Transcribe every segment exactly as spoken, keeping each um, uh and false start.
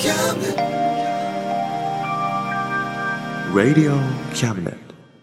Radio Cabinet。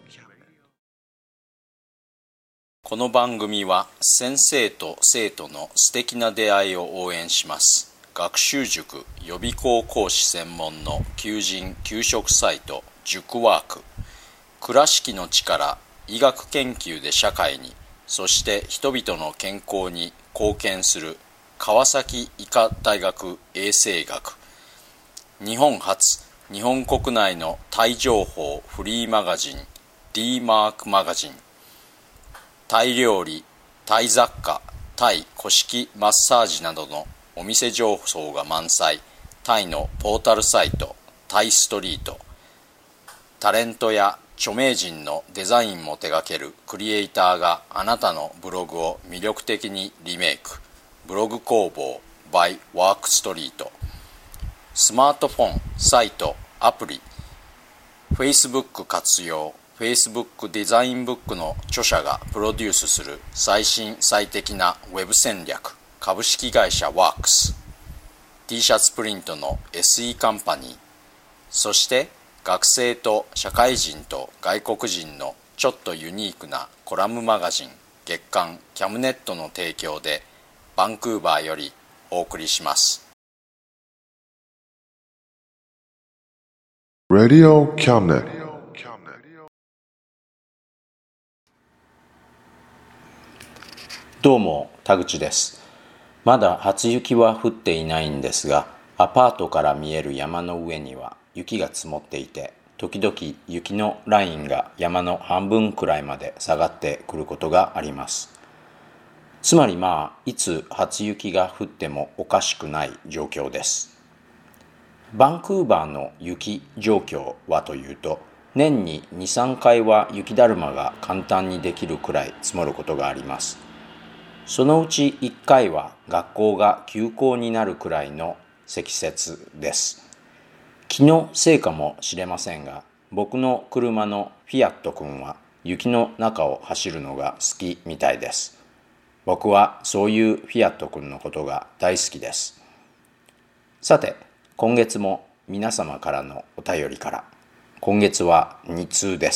この番組は先生と生徒の素敵な出会いを応援します学習塾予備校講師専門の求人・求職サイト塾ワーク。倉敷の力、医学研究で社会に、そして人々の健康に貢献する川崎医科大学衛生学。日本初、日本国内のタイ情報フリーマガジン D マークマガジン。タイ料理、タイ雑貨、タイ古式マッサージなどのお店情報が満載。タイのポータルサイトタイストリート。タレントや著名人のデザインも手掛けるクリエイターがあなたのブログを魅力的にリメイク。ブログ工房 by ワークストリート。スマートフォン、サイト、アプリ、Facebook 活用。Facebook デザインブックの著者がプロデュースする最新最適なウェブ戦略。株式会社ワークス。T シャツプリントの エスイー カンパニー。そして学生と社会人と外国人のちょっとユニークなコラムマガジン月刊キャムネットの提供でバンクーバーよりお送りします。 Radio Cabinet。 どうも田口です。まだ初雪は降っていないんですが、アパートから見える山の上には雪が積もっていて、時々雪のラインが山の半分くらいまで下がってくることがあります。つまりまあいつ初雪が降ってもおかしくない状況です。バンクーバーの雪状況はというと、年に にさんかいは雪だるまが簡単にできるくらい積もることがあります。そのうちいっかいは学校が休校になるくらいの積雪です。気のせいかもしれませんが、僕の車のフィアット君は雪の中を走るのが好きみたいです。僕はそういうフィアット君のことが大好きです。さて、今月も皆様からのお便りから、今月はに通です。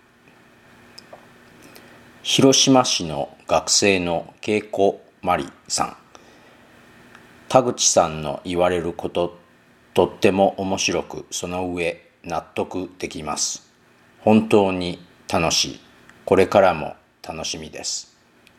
広島市の学生の恵子まりさん。田口さんの言われることとっても面白く、その上納得できます。本当に楽しい。これからも楽しみです。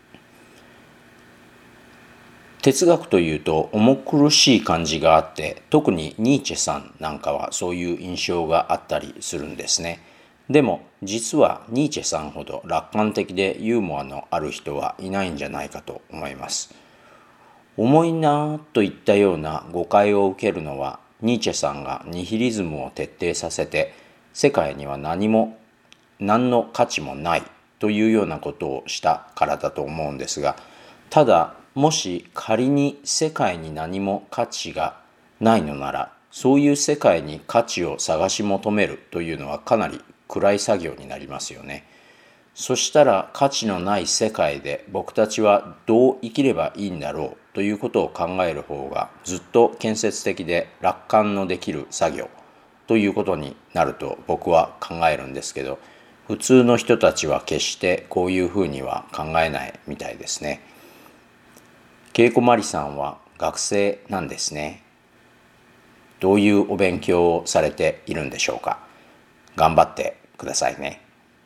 哲学というと重苦しい感じがあって、特にニーチェさんなんかはそういう印象があったりするんですね。でも実はニーチェさんほど楽観的でユーモアのある人はいないんじゃないかと思います。重いなぁといったような誤解を受けるのは、ニーチェさんがニヒリズムを徹底させて、世界には何も何の価値もないというようなことをしたからだと思うんですが、ただもし仮に世界に何も価値がないのなら、そういう世界に価値を探し求めるというのはかなり暗い作業になりますよね。そしたら価値のない世界で僕たちはどう生きればいいんだろうということを考える方がずっと建設的で楽観のできる作業ということになると僕は考えるんですけど、普通の人たちは決してこういうふうには考えないみたいですね。恵子まりさんは学生なんですね。どういうお勉強をされているんでしょうか。頑張ってくださいね。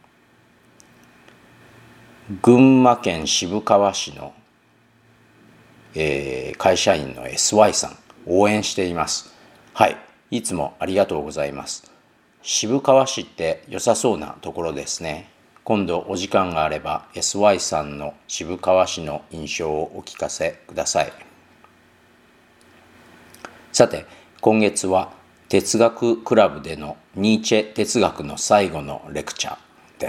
群馬県渋川市の、えー、会社員の エスワイ さん、応援しています。はい、いつもありがとうございます。渋川市って良さそうなところですね。今度お時間があれば エスワイ さんの渋川市の印象をお聞かせください。さて、今月は哲学クラブでのニーチェ哲学の最後のレクチャーです。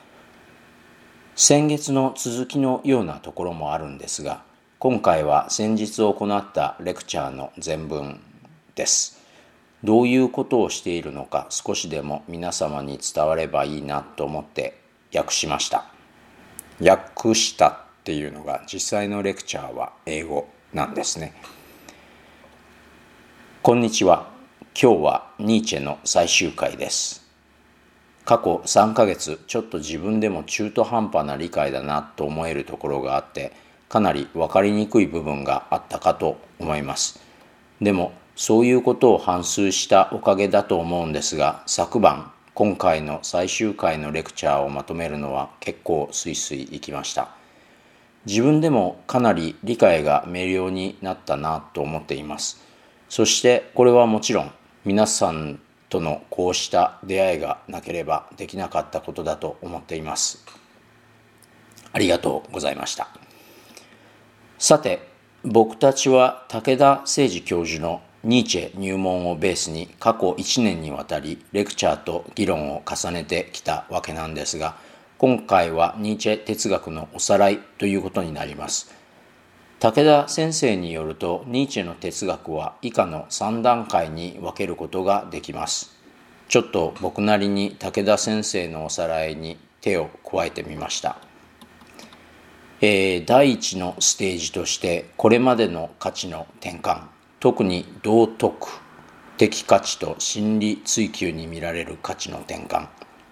先月の続きのようなところもあるんですが、今回は先日行ったレクチャーの全文です。どういうことをしているのか少しでも皆様に伝わればいいなと思って訳しました。訳したっていうのが実際のレクチャーは英語なんですね。 こんにちは。今日はニーチェの最終回です。過去さんかげつ、ちょっと自分でも中途半端な理解だなと思えるところがあって、かなり分かりにくい部分があったかと思います。でも、そういうことを反芻したおかげだと思うんですが、昨晩、今回の最終回のレクチャーをまとめるのは結構スイスイいきました。自分でもかなり理解が明瞭になったなと思っています。そしてこれはもちろん皆さんとのこうした出会いがなければできなかったことだと思っています。ありがとうございました。さて、僕たちは武田誠司教授のニーチェ入門をベースに過去いちねんにわたりレクチャーと議論を重ねてきたわけなんですが、今回はニーチェ哲学のおさらいということになります。武田先生によると、ニーチェの哲学は以下のさんだんかいに分けることができます。ちょっと僕なりに武田先生のおさらいに手を加えてみました。えー、第一のステージとして、これまでの価値の転換、特に道徳的価値と真理追求に見られる価値の転換。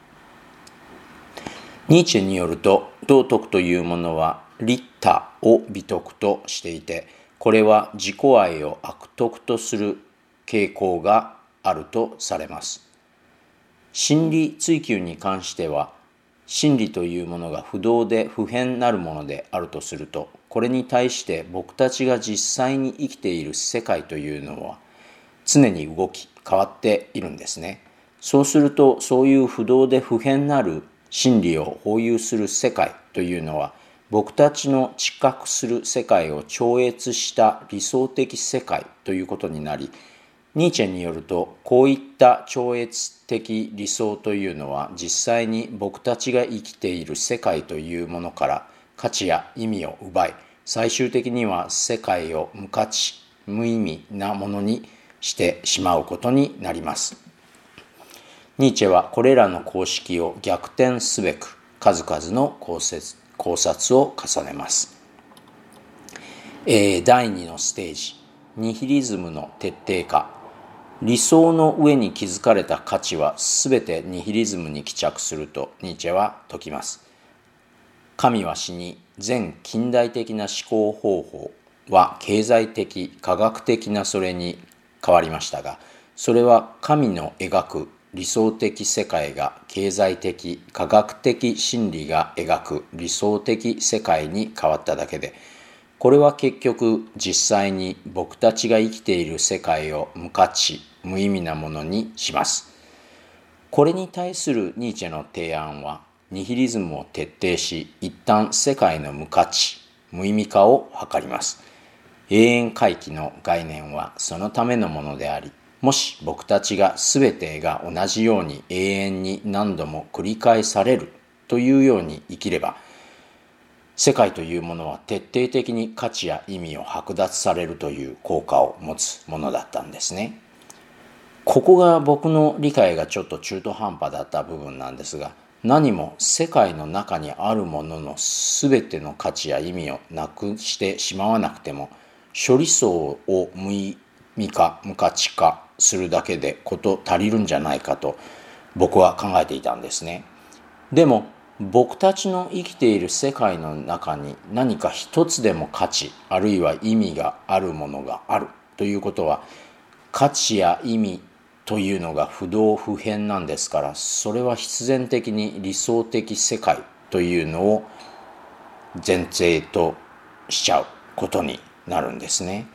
ニーチェによると、道徳というものは利他を美徳としていて、これは自己愛を悪徳とする傾向があるとされます。真理追求に関しては、真理というものが不動で不変なるものであるとすると、これに対して僕たちが実際に生きている世界というのは常に動き変わっているんですね。そうすると、そういう不動で不変なる真理を保有する世界というのは、僕たちの知覚する世界を超越した理想的世界ということになり、ニーチェによると、こういった超越的理想というのは実際に僕たちが生きている世界というものから価値や意味を奪い、最終的には世界を無価値、無意味なものにしてしまうことになります。ニーチェはこれらの公式を逆転すべく数々の考説考察を重ねます。えー、だいにのステージ、ニヒリズムの徹底化。理想の上に築かれた価値はすべてニヒリズムに帰着するとニーチェは説きます。神は死に、全近代的な思考方法は経済的、科学的なそれに変わりましたが、それは神の描く理想的世界が経済的、科学的真理が描く理想的世界に変わっただけで、これは結局実際に僕たちが生きている世界を無価値、無意味なものにします。これに対するニーチェの提案は、ニヒリズムを徹底し、一旦世界の無価値、無意味化を図ります。永遠回帰の概念はそのためのものであり、もし僕たちが全てが同じように永遠に何度も繰り返されるというように生きれば、世界というものは徹底的に価値や意味を剥奪されるという効果を持つものだったんですね。ここが僕の理解がちょっと中途半端だった部分なんですが、何も世界の中にあるものの全ての価値や意味をなくしてしまわなくても、処理層を無意味化、無価値化するだけでこと足りるんじゃないかと僕は考えていたんですね。でも僕たちの生きている世界の中に何か一つでも価値あるいは意味があるものがあるということは、価値や意味というのが不動不変なんですから、それは必然的に理想的世界というのを前提としちゃうことになるんですね。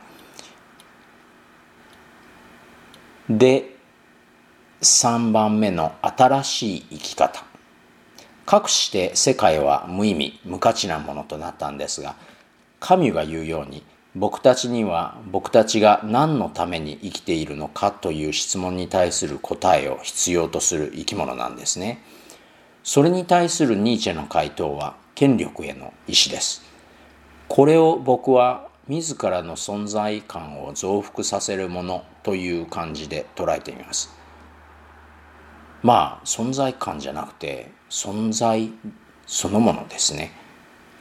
で、さんばんめの新しい生き方。かくして世界は無意味、無価値なものとなったんですが、カミュが言うように、僕たちには僕たちが何のために生きているのかという質問に対する答えを必要とする生き物なんですね。それに対するニーチェの回答は権力への意志です。これを僕は自らの存在感を増幅させるものという感じで捉えてみます。まあ存在感じゃなくて存在そのものですね。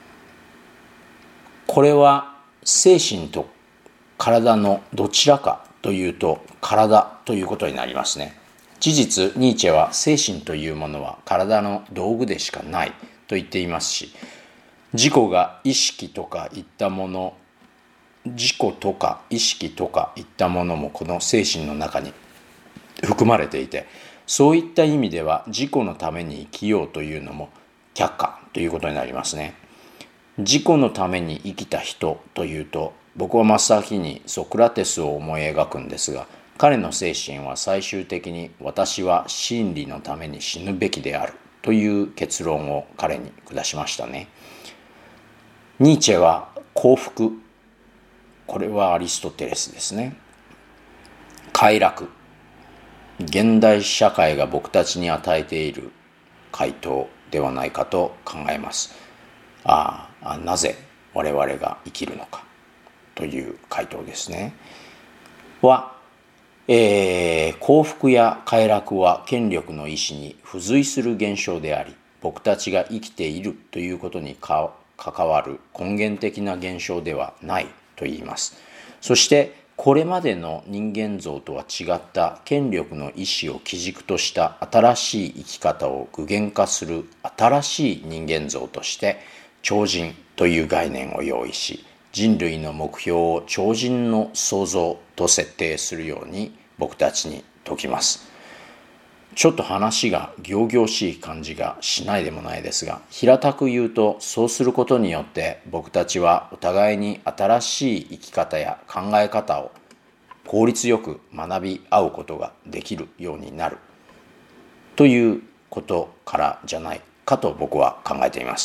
これは精神と体のどちらかというと体ということになりますね。事実、ニーチェは精神というものは体の道具でしかないと言っていますし、自己が意識とかいったもの、自己とか意識とかいったものもこの精神の中に含まれていて、そういった意味では自己のために生きようというのも却下ということになりますね。自己のために生きた人というと、僕は真っ先にソクラテスを思い描くんですが、彼の精神は最終的に私は真理のために死ぬべきであるという結論を彼に下しましたね。ニーチェは幸福、これはアリストテレスですね。快楽、現代社会が僕たちに与えている回答ではないかと考えます。ああ、なぜ我々が生きるのかという回答ですね。は、えー、幸福や快楽は権力の意志に付随する現象であり、僕たちが生きているということにか関わる根源的な現象ではないと言います。そしてこれまでの人間像とは違った権力の意志を基軸とした新しい生き方を具現化する新しい人間像として超人という概念を用意し、人類の目標を超人の創造と設定するように僕たちに説きます。ちょっと話が仰々しい感じがしないでもないですが、平たく言うと、そうすることによって僕たちはお互いに新しい生き方や考え方を効率よく学び合うことができるようになるということからじゃないかと僕は考えています。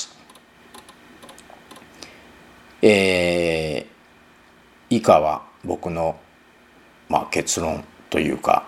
えー、以下は僕の、まあ、結論というか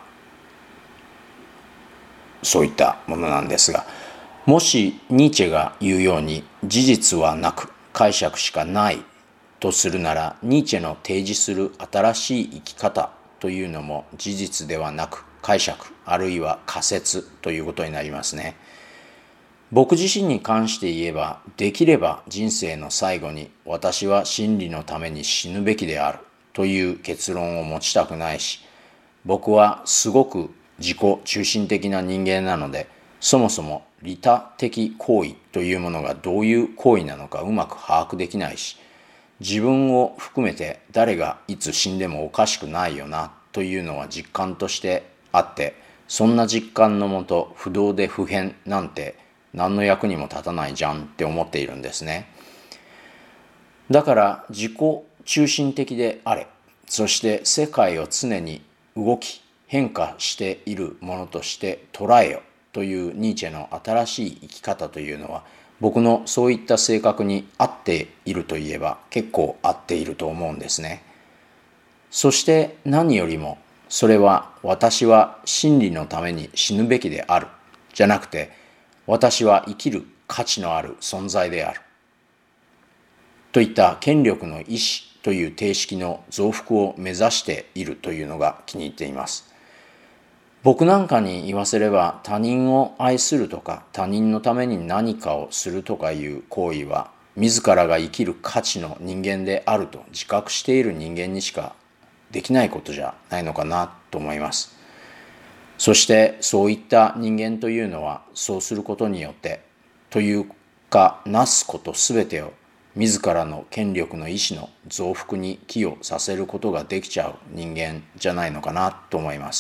そういったものなんですが、もしニーチェが言うように事実はなく解釈しかないとするなら、ニーチェの提示する新しい生き方というのも事実ではなく解釈あるいは仮説ということになりますね。僕自身に関して言えば、できれば人生の最後に私は真理のために死ぬべきであるという結論を持ちたくないし、僕はすごく自己中心的な人間なので、そもそも利他的行為というものがどういう行為なのかうまく把握できないし、自分を含めて誰がいつ死んでもおかしくないよなというのは実感としてあって、そんな実感のもと不動で不変なんて何の役にも立たないじゃんって思っているんですね。だから自己中心的であれ、そして世界を常に動き変化しているものとして捉えよというニーチェの新しい生き方というのは、僕のそういった性格に合っているといえば結構合っていると思うんですね。そして何よりもそれは私は真理のために死ぬべきであるじゃなくて、私は生きる価値のある存在であるといった権力の意志という定式の増幅を目指しているというのが気に入っています。僕なんかに言わせれば、他人を愛するとか他人のために何かをするとかいう行為は自らが生きる価値の人間であると自覚している人間にしかできないことじゃないのかなと思います。そしてそういった人間というのはそうすることによってというかなすことすべてを自らの権力の意志の増幅に寄与させることができちゃう人間じゃないのかなと思います。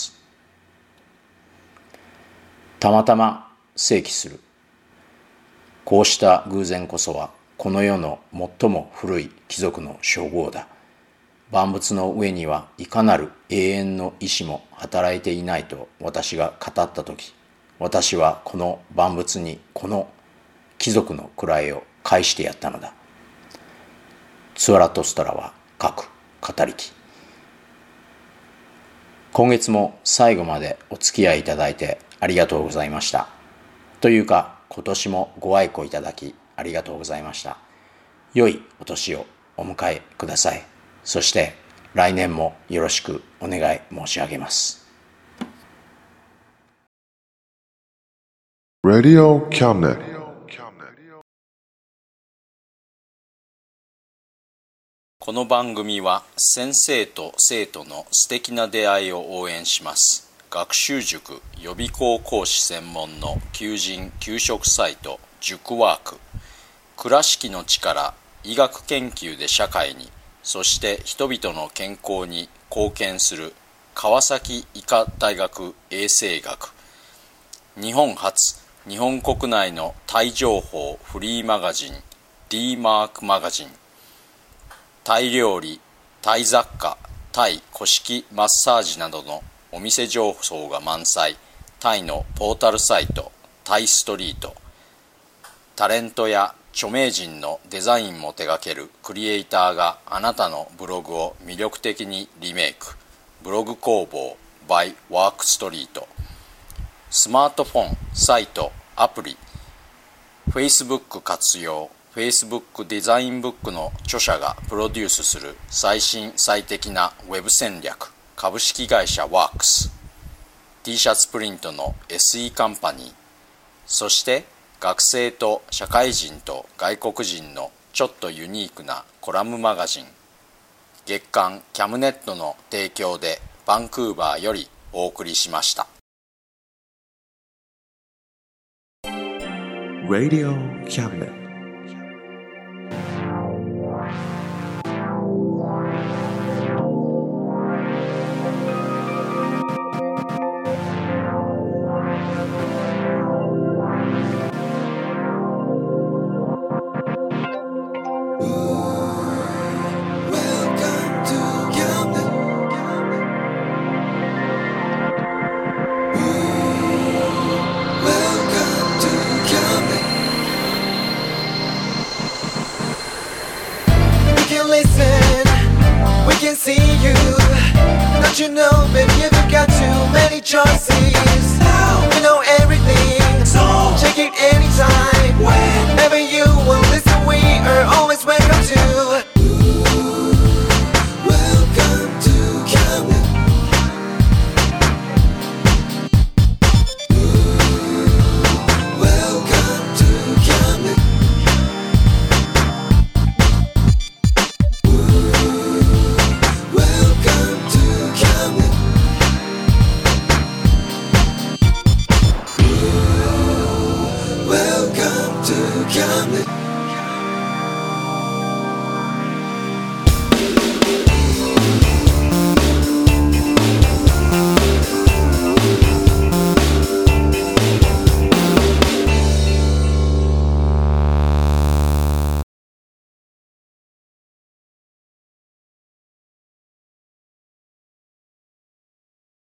たまたま生起するこうした偶然こそはこの世の最も古い貴族の称号だ。万物の上にはいかなる永遠の意志も働いていないと私が語ったとき、私はこの万物にこの貴族の位を返してやったのだ。ツアラトストラは書く語りき。今月も最後までお付き合いいただいてありがとうございました。というか今年もご愛顧いただきありがとうございました。良いお年をお迎えください。そして来年もよろしくお願い申し上げます。 Radio Cabinet この番組は先生と生徒の素敵な出会いを応援します。学習塾予備校講師専門の求人・求職サイト塾ワーク。倉敷の力、医学研究で社会に、そして人々の健康に貢献する川崎医科大学衛生学。日本初、日本国内のタイ情報フリーマガジン D マークマガジン。タイ料理、タイ雑貨、タイ古式マッサージなどのお店情報が満載、タイのポータルサイトタイストリート。タレントや著名人のデザインも手掛けるクリエイターがあなたのブログを魅力的にリメイク。ブログ工房 by ワークストリート。スマートフォン、サイト、アプリ、Facebook 活用。Facebook デザインブックの著者がプロデュースする最新最適なウェブ戦略。株式会社ワークス。 T シャツプリントの エスイー カンパニー。そして学生と社会人と外国人のちょっとユニークなコラムマガジン。月刊キャムネットの提供でバンクーバーよりお送りしました。 Radio Cabinet. You know, baby, you've got too many choices. Now you know everything, so check it anytime, whenever you